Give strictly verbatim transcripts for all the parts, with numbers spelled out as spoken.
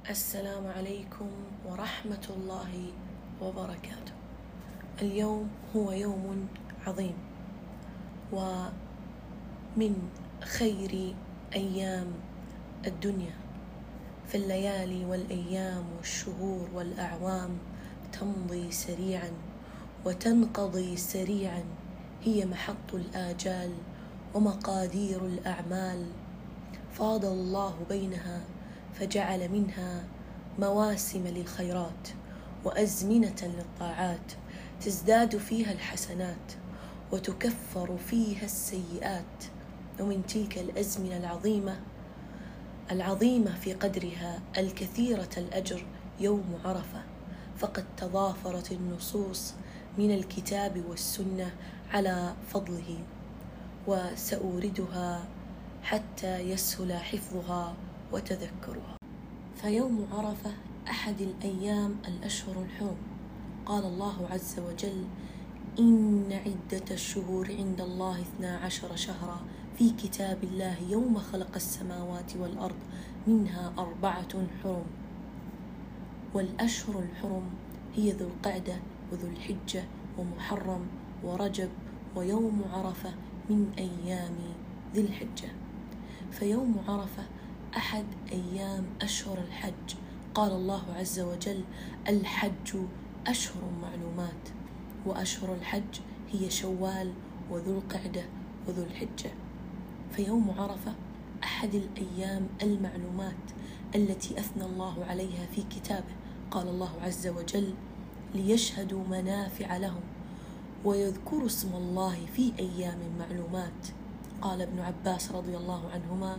السلام عليكم ورحمة الله وبركاته. اليوم هو يوم عظيم ومن خير أيام الدنيا، فالليالي والأيام والشهور والأعوام تمضي سريعا وتنقضي سريعا، هي محط الآجال ومقادير الأعمال، فاضل الله بينها فجعل منها مواسم للخيرات وأزمنة للطاعات، تزداد فيها الحسنات وتكفر فيها السيئات. ومن تلك الأزمنة العظيمة العظيمة في قدرها الكثيرة الأجر يوم عرفة، فقد تضافرت النصوص من الكتاب والسنة على فضله، وسأوردها حتى يسهل حفظها وتذكرها. فيوم عرفة أحد الأيام الأشهر الحرم، قال الله عز وجل: إن عدة الشهور عند الله اثنا عشر شهرا في كتاب الله يوم خلق السماوات والأرض منها أربعة حرم. والأشهر الحرم هي ذو القعدة وذو الحجة ومحرم ورجب ويوم عرفة من أيام ذي الحجة. فيوم عرفة أحد أيام أشهر الحج، قال الله عز وجل: الحج أشهر معلومات. وأشهر الحج هي شوال وذو القعدة وذو الحجة. فيوم عرفة أحد الأيام المعلومات التي أثنى الله عليها في كتابه، قال الله عز وجل: ليشهدوا منافع لهم ويذكروا اسم الله في أيام معلومات. قال ابن عباس رضي الله عنهما: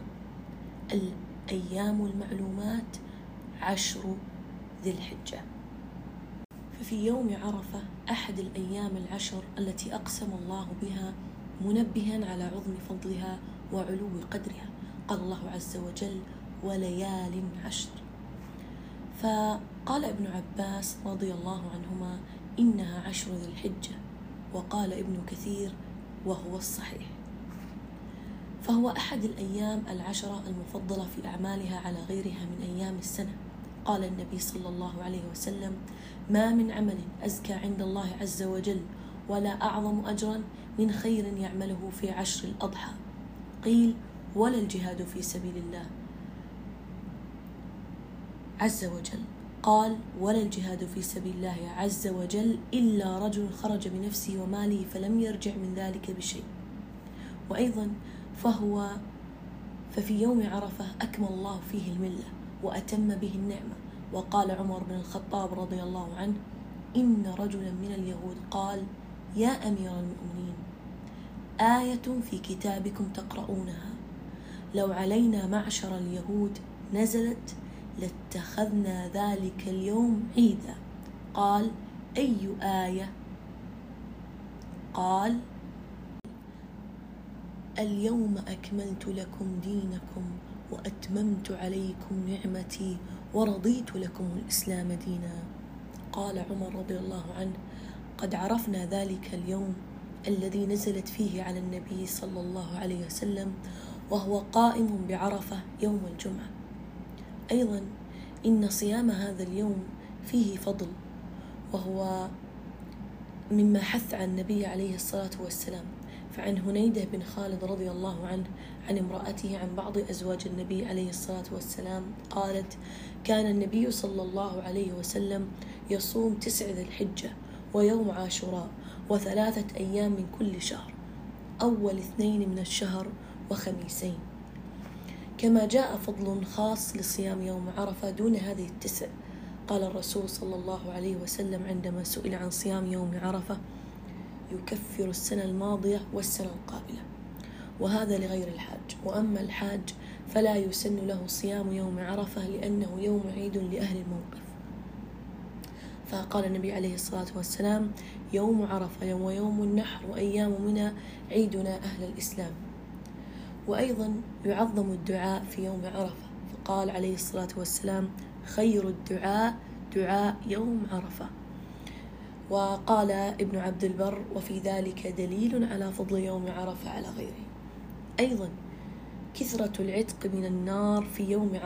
الأيام المعلومات عشر ذي الحجة. ففي يوم عرفة أحد الأيام العشر التي أقسم الله بها منبها على عظم فضلها وعلو قدرها، قال الله عز وجل: وليال عشر. فقال ابن عباس رضي الله عنهما: إنها عشر ذي الحجة. وقال ابن كثير وهو الصحيح. فهو أحد الأيام العشرة المفضلة في أعمالها على غيرها من أيام السنة. قال النبي صلى الله عليه وسلم: ما من عمل أزكى عند الله عز وجل ولا أعظم أجرا من خير يعمله في عشر الأضحى. قيل: ولا الجهاد في سبيل الله عز وجل؟ قال: ولا الجهاد في سبيل الله عز وجل إلا رجل خرج بنفسه وماله فلم يرجع من ذلك بشيء. وأيضا فهو ففي يوم عرفة أكمل الله فيه الملة وأتم به النعمة. وقال عمر بن الخطاب رضي الله عنه: إن رجلا من اليهود قال: يا أمير المؤمنين، آية في كتابكم تقرؤونها لو علينا معشر اليهود نزلت لاتخذنا ذلك اليوم عيدا. قال: أي آية؟ قال: اليوم أكملت لكم دينكم وأتممت عليكم نعمتي ورضيت لكم الإسلام دينا. قال عمر رضي الله عنه: قد عرفنا ذلك اليوم الذي نزلت فيه على النبي صلى الله عليه وسلم وهو قائم بعرفة يوم الجمعة. أيضا إن صيام هذا اليوم فيه فضل، وهو مما حث عن النبي عليه الصلاة والسلام. فعن هنيدة بن خالد رضي الله عنه عن امرأته عن بعض أزواج النبي عليه الصلاة والسلام قالت: كان النبي صلى الله عليه وسلم يصوم تسع ذي الحجة ويوم عاشوراء وثلاثة أيام من كل شهر، أول اثنين من الشهر وخميسين. كما جاء فضل خاص لصيام يوم عرفة دون هذه التسع. قال الرسول صلى الله عليه وسلم عندما سئل عن صيام يوم عرفة: يكفر السنة الماضية والسنة القابلة. وهذا لغير الحاج. وأما الحاج فلا يسن له صيام يوم عرفة لأنه يوم عيد لأهل الموقف. فقال النبي عليه الصلاة والسلام: يوم عرفة يوم ويوم النحر وأيام منى عيدنا أهل الإسلام. وأيضا يعظم الدعاء في يوم عرفة، فقال عليه الصلاة والسلام: خير الدعاء دعاء يوم عرفة. وقال ابن عبد البر: وفي ذلك دليل على فضل يوم عرفة على غيره. أيضا كثرة العتق من النار في يوم عرفة.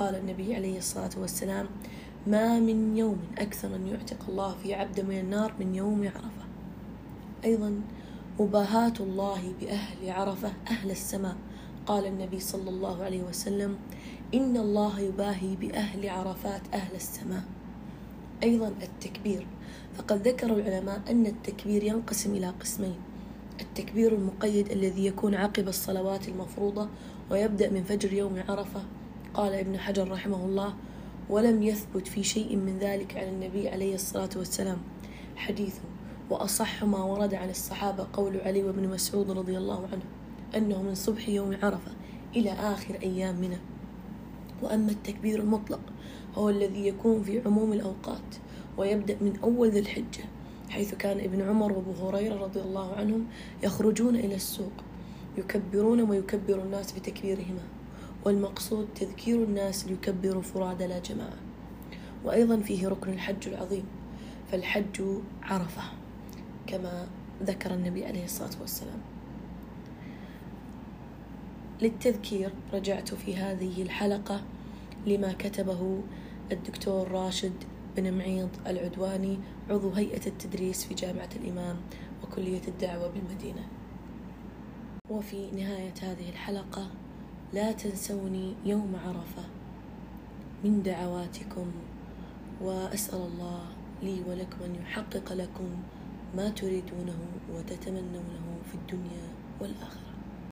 قال النبي عليه الصلاة والسلام: ما من يوم أكثر أن يعتق الله في عبد من النار من يوم عرفة. أيضا مباهاة الله بأهل عرفة أهل السماء. قال النبي صلى الله عليه وسلم: إن الله يباهي بأهل عرفات أهل السماء. أيضا التكبير، فقد ذكر العلماء أن التكبير ينقسم إلى قسمين: التكبير المقيد الذي يكون عقب الصلوات المفروضة ويبدأ من فجر يوم عرفة. قال ابن حجر رحمه الله: ولم يثبت في شيء من ذلك عن النبي عليه الصلاة والسلام حديث، وأصح ما ورد عن الصحابة قول علي وابن مسعود رضي الله عنه أنه من صبح يوم عرفة إلى آخر أيام منى. وأما التكبير المطلق هو الذي يكون في عموم الأوقات ويبدأ من أول ذي الحجة، حيث كان ابن عمر وابو هريرة رضي الله عنهم يخرجون إلى السوق يكبرون ويكبر الناس بتكبيرهما، والمقصود تذكير الناس ليكبروا فرادى لا جماعة. وأيضا فيه ركن الحج العظيم، فالحج عرفة كما ذكر النبي عليه الصلاة والسلام. للتذكير رجعت في هذه الحلقة لما كتبه الدكتور راشد بن معيض العدواني، عضو هيئة التدريس في جامعة الإمام وكلية الدعوة بالمدينة. وفي نهاية هذه الحلقة: لا تنسوني يوم عرفة من دعواتكم، وأسأل الله لي ولكم أن يحقق لكم ما تريدونه وتتمنونه في الدنيا والآخرة.